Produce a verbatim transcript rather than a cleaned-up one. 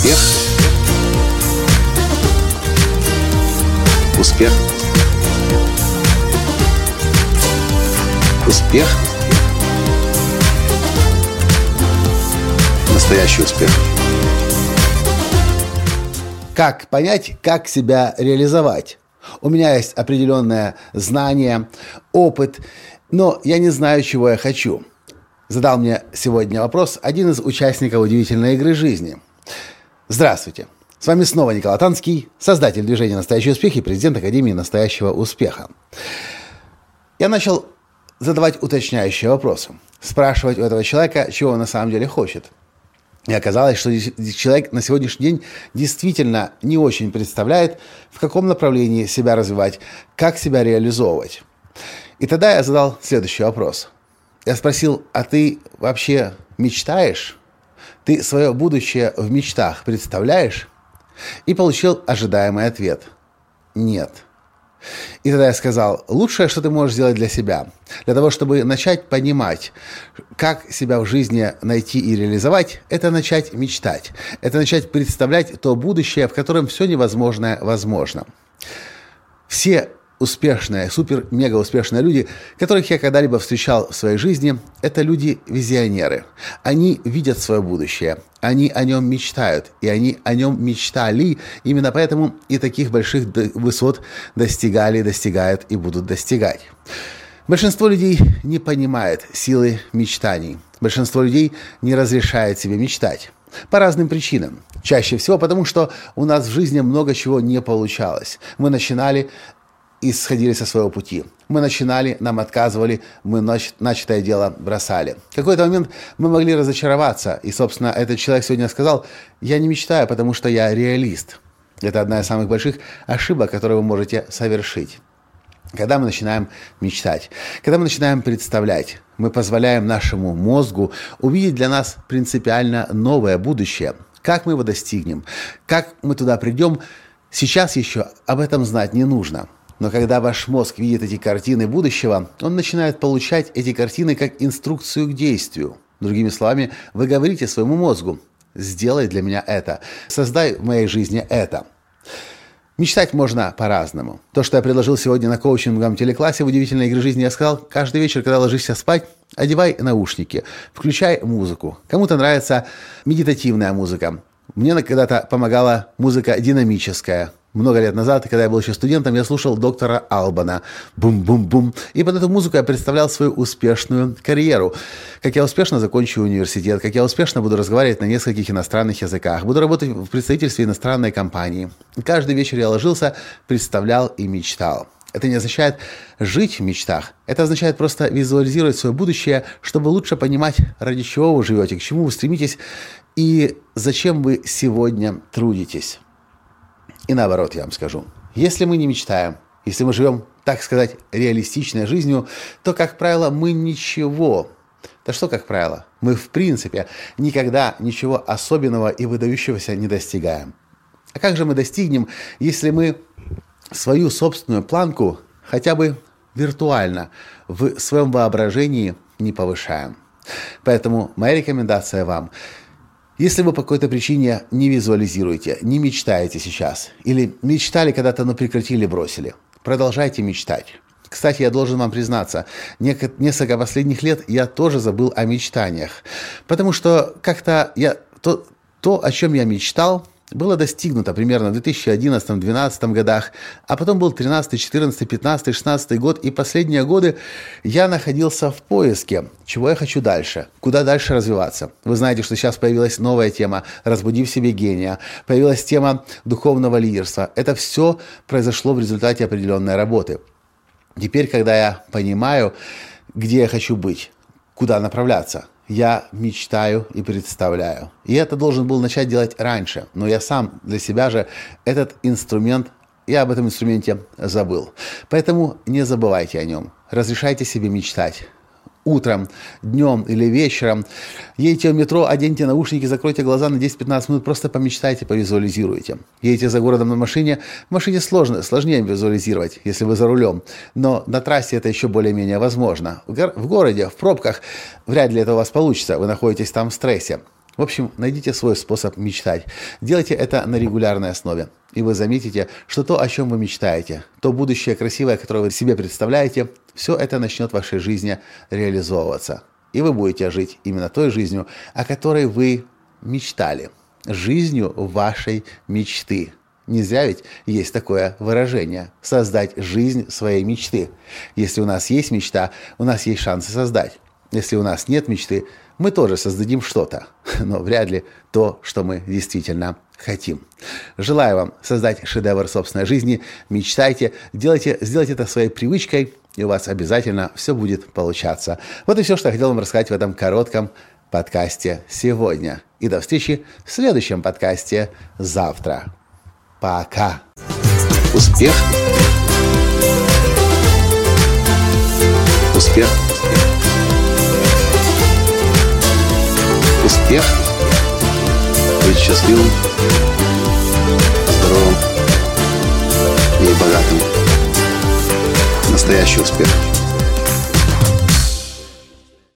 Успех. Успех. Успех. Настоящий успех. Как понять, как себя реализовать? У меня есть определенное знание, опыт, но я не знаю, чего я хочу. Задал мне сегодня вопрос один из участников удивительной игры жизни. Здравствуйте. С вами снова Николай Танский, создатель движения «Настоящий успех» и президент Академии настоящего успеха. Я начал задавать уточняющие вопросы, спрашивать у этого человека, чего он на самом деле хочет. И оказалось, что человек на сегодняшний день действительно не очень представляет, в каком направлении себя развивать, как себя реализовывать. И тогда я задал следующий вопрос. Я спросил, а ты вообще мечтаешь? Ты свое будущее в мечтах представляешь? И получил ожидаемый ответ. Нет. И тогда я сказал, лучшее, что ты можешь сделать для себя, для того, чтобы начать понимать, как себя в жизни найти и реализовать, это начать мечтать. Это начать представлять то будущее, в котором все невозможное возможно. Все успешные, супер-мега успешные люди, которых я когда-либо встречал в своей жизни, это люди-визионеры. Они видят свое будущее, они о нем мечтают, и они о нем мечтали, именно поэтому и таких больших высот достигали, достигают и будут достигать. Большинство людей не понимает силы мечтаний. Большинство людей не разрешает себе мечтать. По разным причинам. Чаще всего потому, что у нас в жизни много чего не получалось. Мы начинали и сходили со своего пути. Мы начинали, нам отказывали, мы нач- начатое дело бросали. В какой-то момент мы могли разочароваться, и, собственно, этот человек сегодня сказал, я не мечтаю, потому что я реалист. Это одна из самых больших ошибок, которые вы можете совершить. Когда мы начинаем мечтать, когда мы начинаем представлять, мы позволяем нашему мозгу увидеть для нас принципиально новое будущее. Как мы его достигнем, как мы туда придем, сейчас еще об этом знать не нужно. Но когда ваш мозг видит эти картины будущего, он начинает получать эти картины как инструкцию к действию. Другими словами, вы говорите своему мозгу, сделай для меня это, создай в моей жизни это. Мечтать можно по-разному. То, что я предложил сегодня на коучинговом телеклассе в удивительной игре жизни, я сказал, каждый вечер, когда ложишься спать, одевай наушники, включай музыку. Кому-то нравится медитативная музыка. Мне когда-то помогала музыка динамическая. Много лет назад, когда я был еще студентом, я слушал доктора Албана. Бум-бум-бум. И под эту музыку я представлял свою успешную карьеру. Как я успешно закончу университет, как я успешно буду разговаривать на нескольких иностранных языках, буду работать в представительстве иностранной компании. И каждый вечер я ложился, представлял и мечтал. Это не означает жить в мечтах. Это означает просто визуализировать свое будущее, чтобы лучше понимать, ради чего вы живете, к чему вы стремитесь и зачем вы сегодня трудитесь. И наоборот, я вам скажу, если мы не мечтаем, если мы живем, так сказать, реалистичной жизнью, то, как правило, мы ничего, да что как правило, мы в принципе никогда ничего особенного и выдающегося не достигаем. А как же мы достигнем, если мы свою собственную планку хотя бы виртуально в своем воображении не повышаем? Поэтому моя рекомендация вам – если вы по какой-то причине не визуализируете, не мечтаете сейчас, или мечтали когда-то, но прекратили, бросили, продолжайте мечтать. Кстати, я должен вам признаться, несколько последних лет я тоже забыл о мечтаниях, потому что как-то я, то, то, о чем я мечтал, было достигнуто примерно в две тысячи одиннадцатом — две тысячи двенадцатом годах, а потом был тринадцатый, четырнадцатый, пятнадцатый, шестнадцатый год, и последние годы я находился в поиске, чего я хочу дальше, куда дальше развиваться. Вы знаете, что сейчас появилась новая тема «Разбуди в себе гения», появилась тема духовного лидерства. Это все произошло в результате определенной работы. Теперь, когда я понимаю, где я хочу быть, куда направляться, я мечтаю и представляю. И это должен был начать делать раньше. Но я сам для себя же этот инструмент, я об этом инструменте забыл. Поэтому не забывайте о нем. Разрешайте себе мечтать. Утром, днем или вечером едете в метро, оденьте наушники, закройте глаза на десять-пятнадцать минут, просто помечтайте, повизуализируйте. Едете за городом на машине, в машине сложно, сложнее визуализировать, если вы за рулем, но на трассе это еще более-менее возможно. В, гор- в городе, в пробках вряд ли это у вас получится, вы находитесь там в стрессе. В общем, найдите свой способ мечтать. Делайте это на регулярной основе. И вы заметите, что то, о чем вы мечтаете, то будущее красивое, которое вы себе представляете, все это начнет в вашей жизни реализовываться. И вы будете жить именно той жизнью, о которой вы мечтали. Жизнью вашей мечты. Не зря ведь есть такое выражение – создать жизнь своей мечты. Если у нас есть мечта, у нас есть шансы создать. Если у нас нет мечты, мы тоже создадим что-то, но вряд ли то, что мы действительно хотим. Желаю вам создать шедевр собственной жизни, мечтайте, делайте, сделайте это своей привычкой, и у вас обязательно все будет получаться. Вот и все, что я хотел вам рассказать в этом коротком подкасте сегодня. И до встречи в следующем подкасте завтра. Пока. Успех. Успех. Успех. Быть счастливым, здоровым и богатым. Настоящий успех.